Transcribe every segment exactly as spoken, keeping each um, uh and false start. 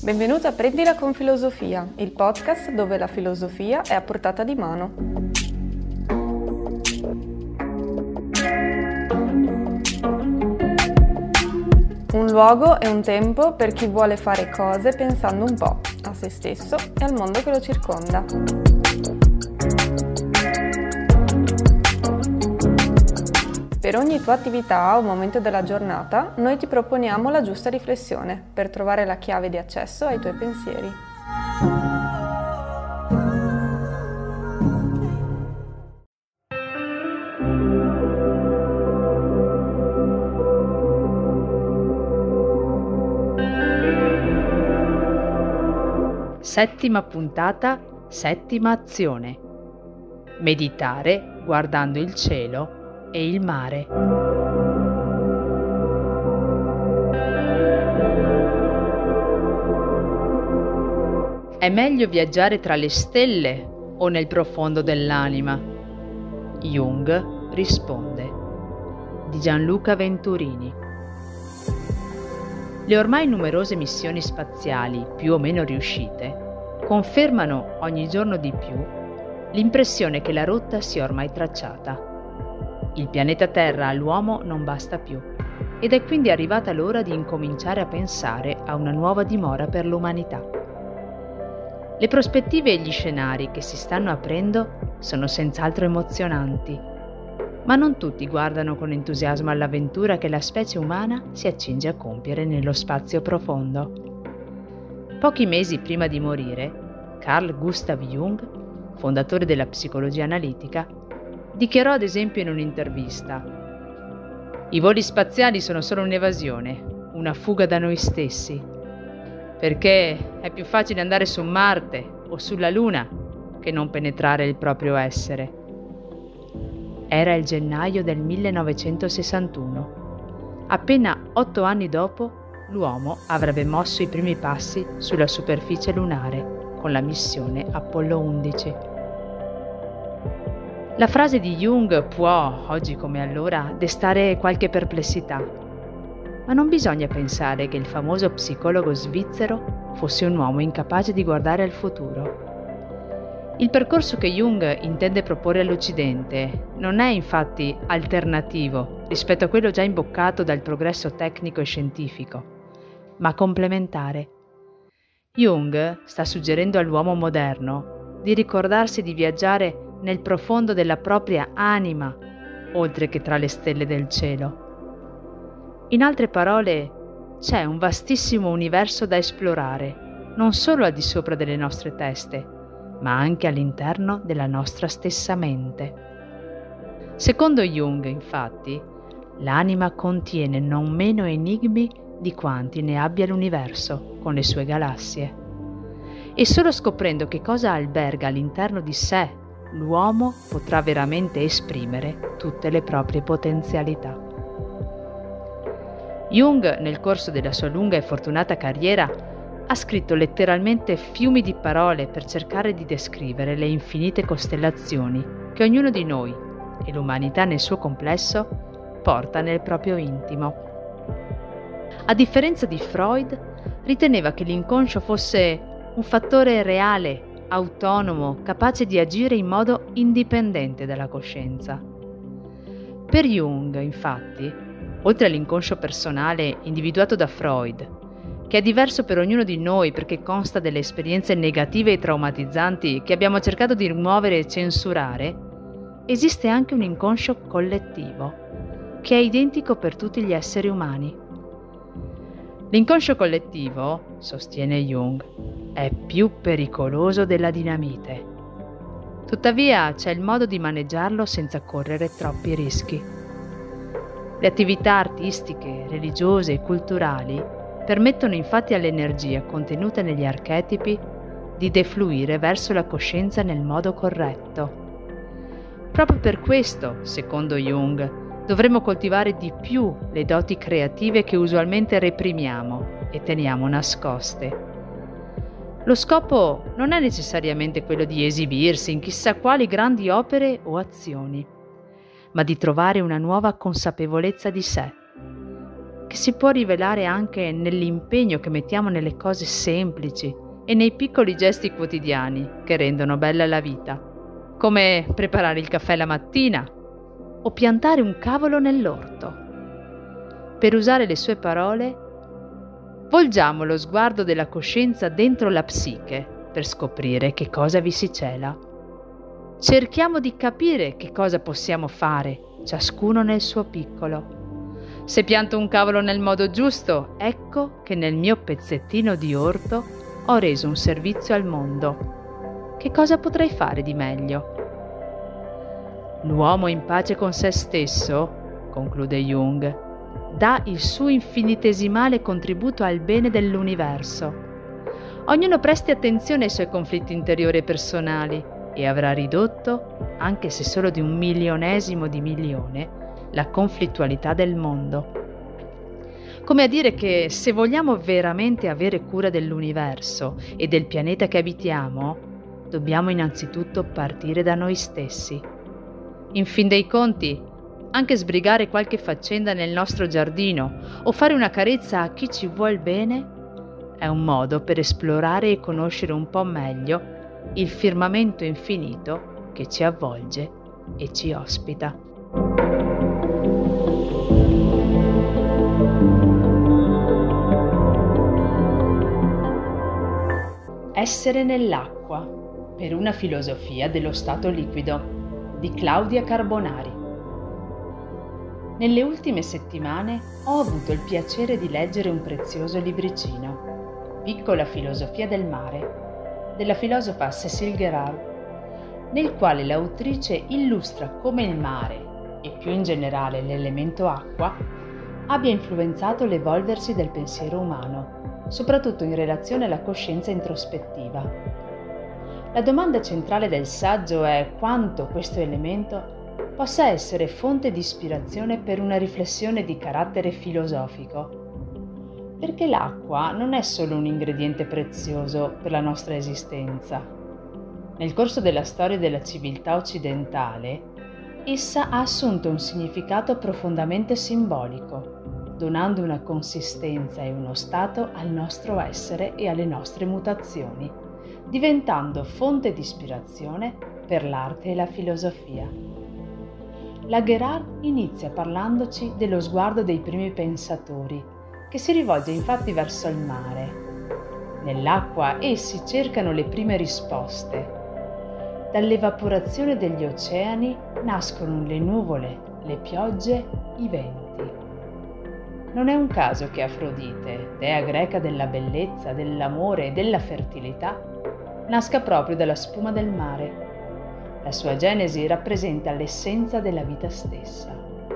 Benvenuto a Prendila con Filosofia, il podcast dove la filosofia è a portata di mano. Un luogo e un tempo per chi vuole fare cose pensando un po' a se stesso e al mondo che lo circonda. Per ogni tua attività o momento della giornata, noi ti proponiamo la giusta riflessione per trovare la chiave di accesso ai tuoi pensieri. Settima puntata, settima azione. Meditare guardando il cielo e il mare. È meglio viaggiare tra le stelle o nel profondo dell'anima? Jung risponde. Di Gianluca Venturini. Le ormai numerose missioni spaziali, più o meno riuscite, confermano ogni giorno di più l'impressione che la rotta sia ormai tracciata. Il pianeta Terra all'uomo non basta più ed è quindi arrivata l'ora di incominciare a pensare a una nuova dimora per l'umanità. Le prospettive e gli scenari che si stanno aprendo sono senz'altro emozionanti, ma non tutti guardano con entusiasmo all'avventura che la specie umana si accinge a compiere nello spazio profondo. Pochi mesi prima di morire, Carl Gustav Jung, fondatore della psicologia analitica, dichiarò ad esempio in un'intervista: «I voli spaziali sono solo un'evasione, una fuga da noi stessi, perché è più facile andare su Marte o sulla Luna che non penetrare il proprio essere». Era il gennaio del millenovecentosessantuno. Appena otto anni dopo, l'uomo avrebbe mosso i primi passi sulla superficie lunare con la missione Apollo undici. La frase di Jung può, oggi come allora, destare qualche perplessità, ma non bisogna pensare che il famoso psicologo svizzero fosse un uomo incapace di guardare al futuro. Il percorso che Jung intende proporre all'Occidente non è infatti alternativo rispetto a quello già imboccato dal progresso tecnico e scientifico, ma complementare. Jung sta suggerendo all'uomo moderno di ricordarsi di viaggiare nel profondo della propria anima, oltre che tra le stelle del cielo. In altre parole, c'è un vastissimo universo da esplorare, non solo al di sopra delle nostre teste, ma anche all'interno della nostra stessa mente. Secondo Jung, infatti, l'anima contiene non meno enigmi di quanti ne abbia l'universo con le sue galassie. E solo scoprendo che cosa alberga all'interno di sé, l'uomo potrà veramente esprimere tutte le proprie potenzialità. Jung, nel corso della sua lunga e fortunata carriera, ha scritto letteralmente fiumi di parole per cercare di descrivere le infinite costellazioni che ognuno di noi, e l'umanità nel suo complesso, porta nel proprio intimo. A differenza di Freud, riteneva che l'inconscio fosse un fattore reale, autonomo, capace di agire in modo indipendente dalla coscienza. Per Jung, infatti, oltre all'inconscio personale individuato da Freud, che è diverso per ognuno di noi perché consta delle esperienze negative e traumatizzanti che abbiamo cercato di rimuovere e censurare, esiste anche un inconscio collettivo, che è identico per tutti gli esseri umani. L'inconscio collettivo, sostiene Jung, è più pericoloso della dinamite. Tuttavia c'è il modo di maneggiarlo senza correre troppi rischi. Le attività artistiche, religiose e culturali permettono infatti all'energia contenuta negli archetipi di defluire verso la coscienza nel modo corretto. Proprio per questo, secondo Jung, dovremmo coltivare di più le doti creative che usualmente reprimiamo e teniamo nascoste. Lo scopo non è necessariamente quello di esibirsi in chissà quali grandi opere o azioni, ma di trovare una nuova consapevolezza di sé, che si può rivelare anche nell'impegno che mettiamo nelle cose semplici e nei piccoli gesti quotidiani che rendono bella la vita, come preparare il caffè la mattina o piantare un cavolo nell'orto. Per usare le sue parole, volgiamo lo sguardo della coscienza dentro la psiche per scoprire che cosa vi si cela. Cerchiamo di capire che cosa possiamo fare, ciascuno nel suo piccolo. Se pianto un cavolo nel modo giusto, ecco che nel mio pezzettino di orto ho reso un servizio al mondo. Che cosa potrei fare di meglio? L'uomo in pace con se stesso, conclude Jung, dà il suo infinitesimale contributo al bene dell'universo. Ognuno presti attenzione ai suoi conflitti interiori e personali e avrà ridotto, anche se solo di un milionesimo di milione, la conflittualità del mondo. Come a dire che se vogliamo veramente avere cura dell'universo e del pianeta che abitiamo, dobbiamo innanzitutto partire da noi stessi. In fin dei conti, anche sbrigare qualche faccenda nel nostro giardino o fare una carezza a chi ci vuol bene è un modo per esplorare e conoscere un po' meglio il firmamento infinito che ci avvolge e ci ospita. Essere nell'acqua, per una filosofia dello stato liquido, di Claudia Carbonari. Nelle ultime settimane ho avuto il piacere di leggere un prezioso libricino, Piccola filosofia del mare, della filosofa Cécile Guérard, nel quale l'autrice illustra come il mare, e più in generale l'elemento acqua, abbia influenzato l'evolversi del pensiero umano, soprattutto in relazione alla coscienza introspettiva. La domanda centrale del saggio è quanto questo elemento possa essere fonte di ispirazione per una riflessione di carattere filosofico, perché l'acqua non è solo un ingrediente prezioso per la nostra esistenza. Nel corso della storia della civiltà occidentale, essa ha assunto un significato profondamente simbolico, donando una consistenza e uno stato al nostro essere e alle nostre mutazioni, diventando fonte di ispirazione per l'arte e la filosofia. La Guérard inizia parlandoci dello sguardo dei primi pensatori, che si rivolge infatti verso il mare. Nell'acqua essi cercano le prime risposte. Dall'evaporazione degli oceani nascono le nuvole, le piogge, i venti. Non è un caso che Afrodite, dea greca della bellezza, dell'amore e della fertilità, nasca proprio dalla spuma del mare. La sua genesi rappresenta l'essenza della vita stessa.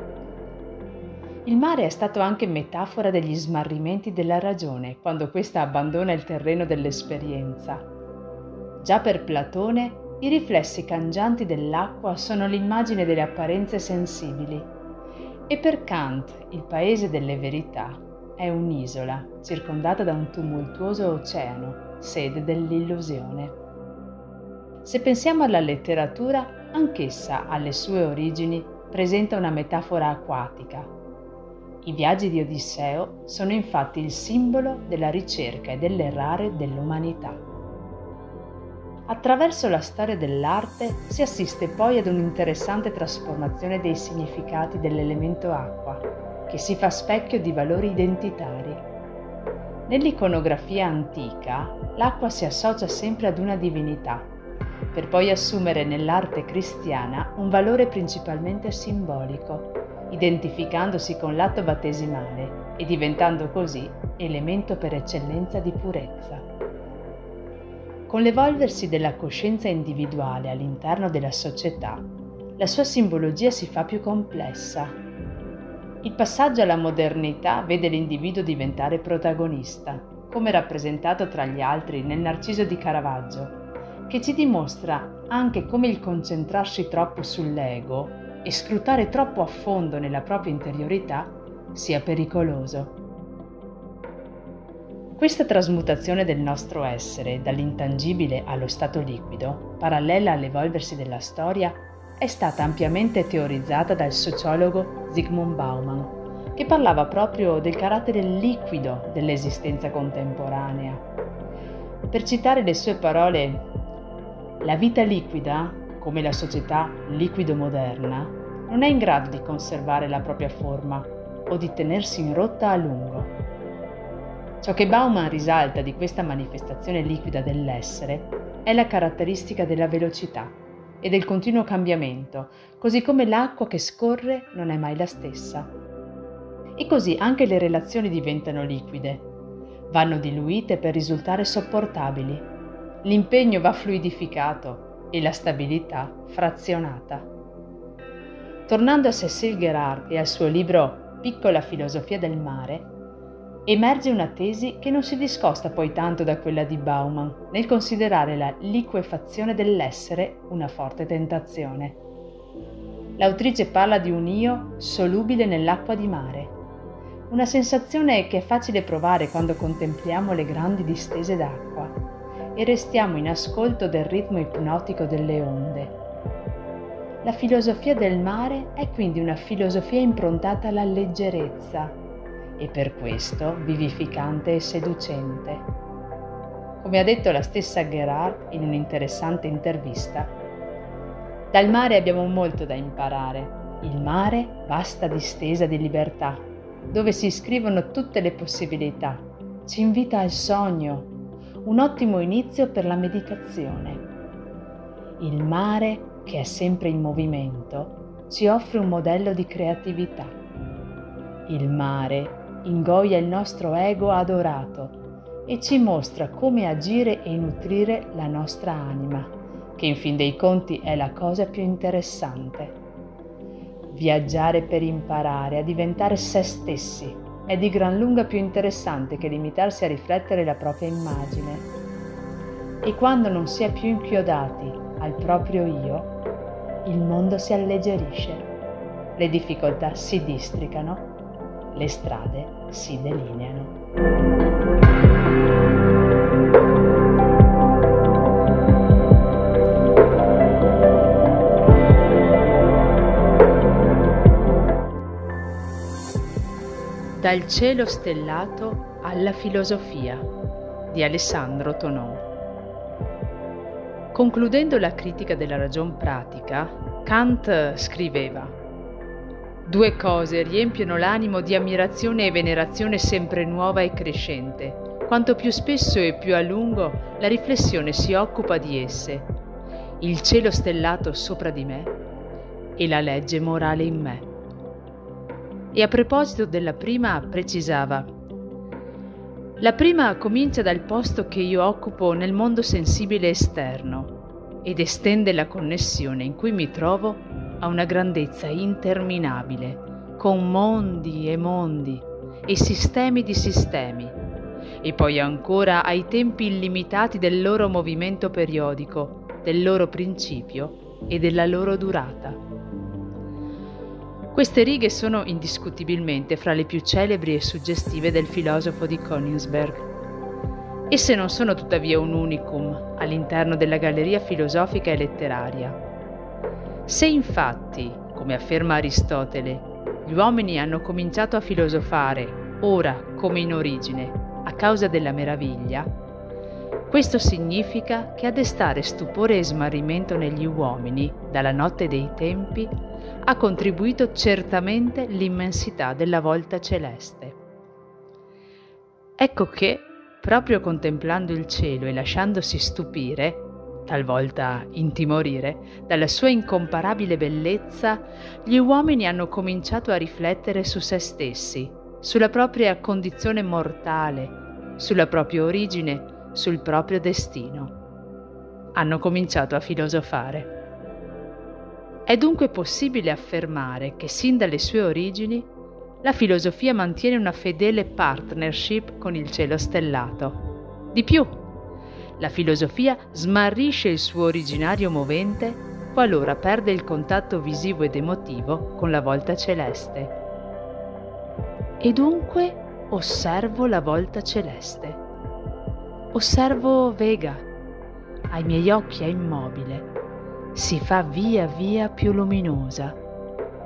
Il mare è stato anche metafora degli smarrimenti della ragione quando questa abbandona il terreno dell'esperienza. Già per Platone, i riflessi cangianti dell'acqua sono l'immagine delle apparenze sensibili e per Kant il paese delle verità è un'isola circondata da un tumultuoso oceano, sede dell'illusione. Se pensiamo alla letteratura, anch'essa alle sue origini presenta una metafora acquatica. I viaggi di Odisseo sono infatti il simbolo della ricerca e dell'errare dell'umanità. Attraverso la storia dell'arte si assiste poi ad un'interessante trasformazione dei significati dell'elemento acqua, che si fa specchio di valori identitari. Nell'iconografia antica, l'acqua si associa sempre ad una divinità, per poi assumere nell'arte cristiana un valore principalmente simbolico, identificandosi con l'atto battesimale e diventando così elemento per eccellenza di purezza. Con l'evolversi della coscienza individuale all'interno della società, la sua simbologia si fa più complessa. Il passaggio alla modernità vede l'individuo diventare protagonista, come rappresentato tra gli altri nel Narciso di Caravaggio, che ci dimostra anche come il concentrarsi troppo sull'ego e scrutare troppo a fondo nella propria interiorità sia pericoloso. Questa trasmutazione del nostro essere dall'intangibile allo stato liquido, parallela all'evolversi della storia, è stata ampiamente teorizzata dal sociologo Zygmunt Bauman, che e parlava proprio del carattere liquido dell'esistenza contemporanea. Per citare le sue parole, la vita liquida, come la società liquido-moderna, non è in grado di conservare la propria forma o di tenersi in rotta a lungo. Ciò che Bauman risalta di questa manifestazione liquida dell'essere è la caratteristica della velocità e del continuo cambiamento, così come l'acqua che scorre non è mai la stessa. E così anche le relazioni diventano liquide, vanno diluite per risultare sopportabili, l'impegno va fluidificato e la stabilità frazionata. Tornando a Cécile Guérard e al suo libro Piccola filosofia del mare, emerge una tesi che non si discosta poi tanto da quella di Bauman nel considerare la liquefazione dell'essere una forte tentazione. L'autrice parla di un io solubile nell'acqua di mare, una sensazione che è facile provare quando contempliamo le grandi distese d'acqua e restiamo in ascolto del ritmo ipnotico delle onde. La filosofia del mare è quindi una filosofia improntata alla leggerezza e per questo vivificante e seducente. Come ha detto la stessa Guérard in un'interessante intervista, dal mare abbiamo molto da imparare. Il mare, vasta distesa di libertà, dove si scrivono tutte le possibilità, ci invita al sogno, un ottimo inizio per la meditazione. Il mare, che è sempre in movimento, ci offre un modello di creatività. Il mare ingoia il nostro ego adorato e ci mostra come agire e nutrire la nostra anima, che in fin dei conti è la cosa più interessante. Viaggiare per imparare a diventare se stessi è di gran lunga più interessante che limitarsi a riflettere la propria immagine. E quando non si è più inchiodati al proprio io, il mondo si alleggerisce, le difficoltà si districano, le strade si delineano. Dal cielo stellato alla filosofia di Alessandro Tonon. Concludendo la critica della ragion pratica, Kant scriveva: «Due cose riempiono l'animo di ammirazione e venerazione sempre nuova e crescente, quanto più spesso e più a lungo la riflessione si occupa di esse, il cielo stellato sopra di me e la legge morale in me». E a proposito della prima precisava: «La prima comincia dal posto che io occupo nel mondo sensibile esterno ed estende la connessione in cui mi trovo a una grandezza interminabile, con mondi e mondi e sistemi di sistemi, e poi ancora ai tempi illimitati del loro movimento periodico, del loro principio e della loro durata». Queste righe sono indiscutibilmente fra le più celebri e suggestive del filosofo di Königsberg. Esse non sono tuttavia un unicum all'interno della galleria filosofica e letteraria. Se infatti, come afferma Aristotele, gli uomini hanno cominciato a filosofare, ora come in origine, a causa della meraviglia, questo significa che a destare stupore e smarrimento negli uomini, dalla notte dei tempi, ha contribuito certamente l'immensità della volta celeste. Ecco che, proprio contemplando il cielo e lasciandosi stupire, talvolta intimorire, dalla sua incomparabile bellezza, gli uomini hanno cominciato a riflettere su se stessi, sulla propria condizione mortale, sulla propria origine, sul proprio destino. Hanno cominciato a filosofare. È dunque possibile affermare che sin dalle sue origini la filosofia mantiene una fedele partnership con il cielo stellato. Di più, la filosofia smarrisce il suo originario movente qualora perde il contatto visivo ed emotivo con la volta celeste. E dunque osservo la volta celeste. Osservo Vega. Ai miei occhi è immobile. Si fa via via più luminosa.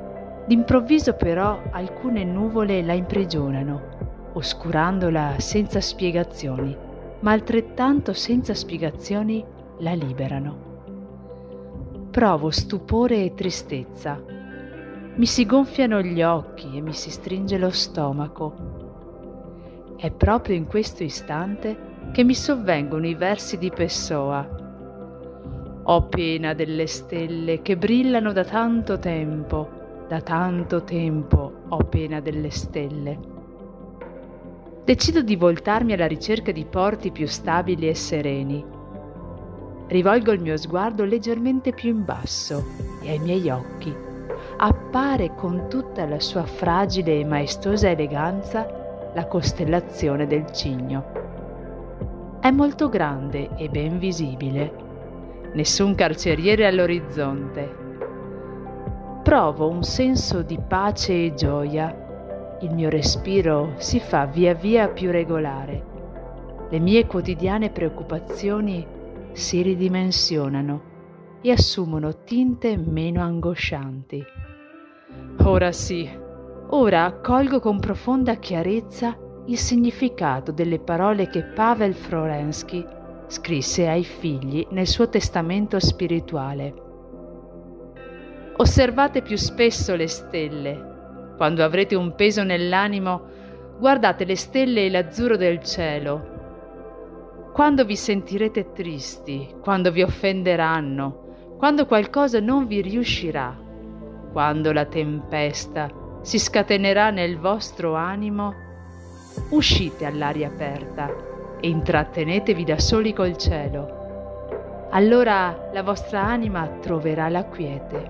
D'improvviso però alcune nuvole la imprigionano, oscurandola senza spiegazioni, ma altrettanto senza spiegazioni la liberano. Provo stupore e tristezza. Mi si gonfiano gli occhi e mi si stringe lo stomaco. È proprio in questo istante che mi sovvengono i versi di Pessoa. Ho pena delle stelle che brillano da tanto tempo, da tanto tempo ho pena delle stelle. Decido di voltarmi alla ricerca di porti più stabili e sereni. Rivolgo il mio sguardo leggermente più in basso e ai miei occhi appare con tutta la sua fragile e maestosa eleganza la costellazione del Cigno. È molto grande e ben visibile. Nessun carceriere all'orizzonte. Provo un senso di pace e gioia. Il mio respiro si fa via via più regolare. Le mie quotidiane preoccupazioni si ridimensionano e assumono tinte meno angoscianti. Ora sì, ora colgo con profonda chiarezza il significato delle parole che Pavel Florensky scrisse ai figli nel suo testamento spirituale. Osservate più spesso le stelle. Quando avrete un peso nell'animo, guardate le stelle e l'azzurro del cielo. Quando vi sentirete tristi, quando vi offenderanno, quando qualcosa non vi riuscirà, quando la tempesta si scatenerà nel vostro animo, uscite all'aria aperta e intrattenetevi da soli col cielo. Allora la vostra anima troverà la quiete.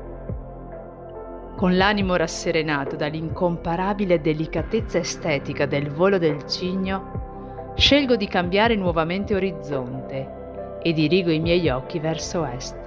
Con l'animo rasserenato dall'incomparabile delicatezza estetica del volo del cigno, scelgo di cambiare nuovamente orizzonte e dirigo i miei occhi verso est.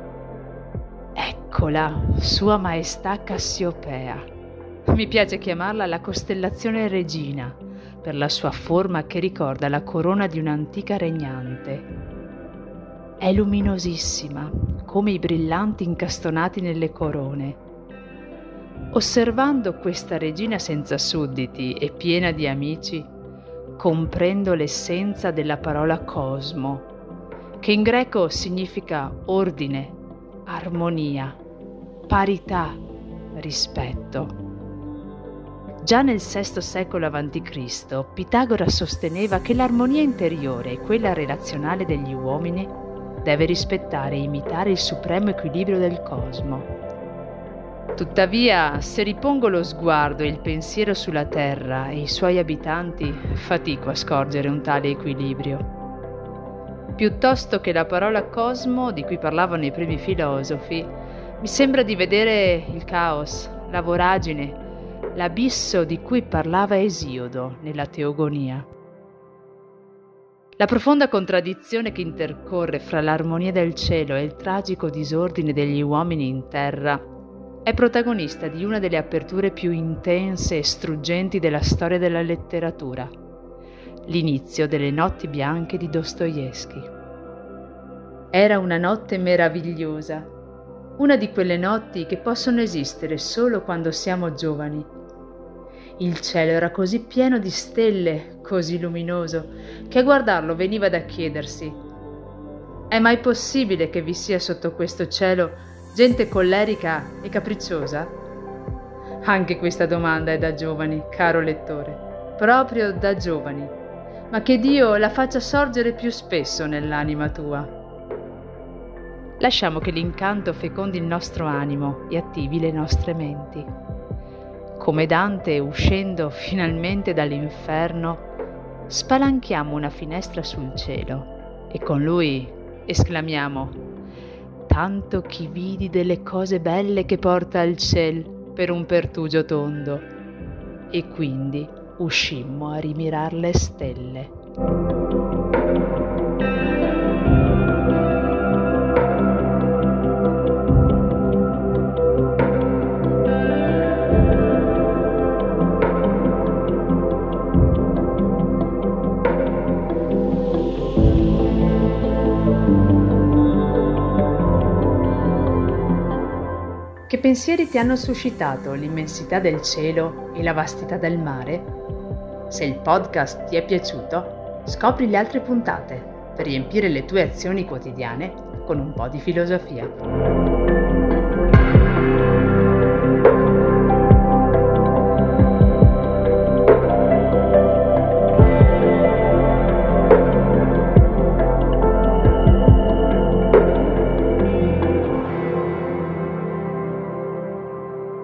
Eccola, Sua Maestà Cassiopea. Mi piace chiamarla la costellazione regina, per la sua forma che ricorda la corona di un'antica regnante. È luminosissima, come i brillanti incastonati nelle corone. Osservando questa regina senza sudditi e piena di amici, comprendo l'essenza della parola cosmo, che in greco significa ordine, armonia, parità, rispetto. Già nel sesto secolo avanti Cristo, Pitagora sosteneva che l'armonia interiore e quella relazionale degli uomini deve rispettare e imitare il supremo equilibrio del cosmo. Tuttavia, se ripongo lo sguardo e il pensiero sulla Terra e i suoi abitanti, fatico a scorgere un tale equilibrio. Piuttosto che la parola cosmo, di cui parlavano i primi filosofi, mi sembra di vedere il caos, la voragine, l'abisso di cui parlava Esiodo nella Teogonia. La profonda contraddizione che intercorre fra l'armonia del cielo e il tragico disordine degli uomini in terra è protagonista di una delle aperture più intense e struggenti della storia della letteratura, l'inizio delle Notti bianche di Dostoevskij. Era una notte meravigliosa, una di quelle notti che possono esistere solo quando siamo giovani. Il cielo era così pieno di stelle, così luminoso, che a guardarlo veniva da chiedersi: è mai possibile che vi sia sotto questo cielo gente collerica e capricciosa? Anche questa domanda è da giovani, caro lettore, proprio da giovani, ma che Dio la faccia sorgere più spesso nell'anima tua. Lasciamo che l'incanto fecondi il nostro animo e attivi le nostre menti. Come Dante, uscendo finalmente dall'inferno, spalanchiamo una finestra sul cielo e con lui esclamiamo: tanto chi vidi delle cose belle che porta al ciel per un pertugio tondo, e quindi uscimmo a rimirar le stelle. Che Che pensieri ti hanno suscitato l'immensità del cielo e la vastità del mare? Se il podcast ti è piaciuto, scopri le altre puntate per riempire le tue azioni quotidiane con un po' di filosofia.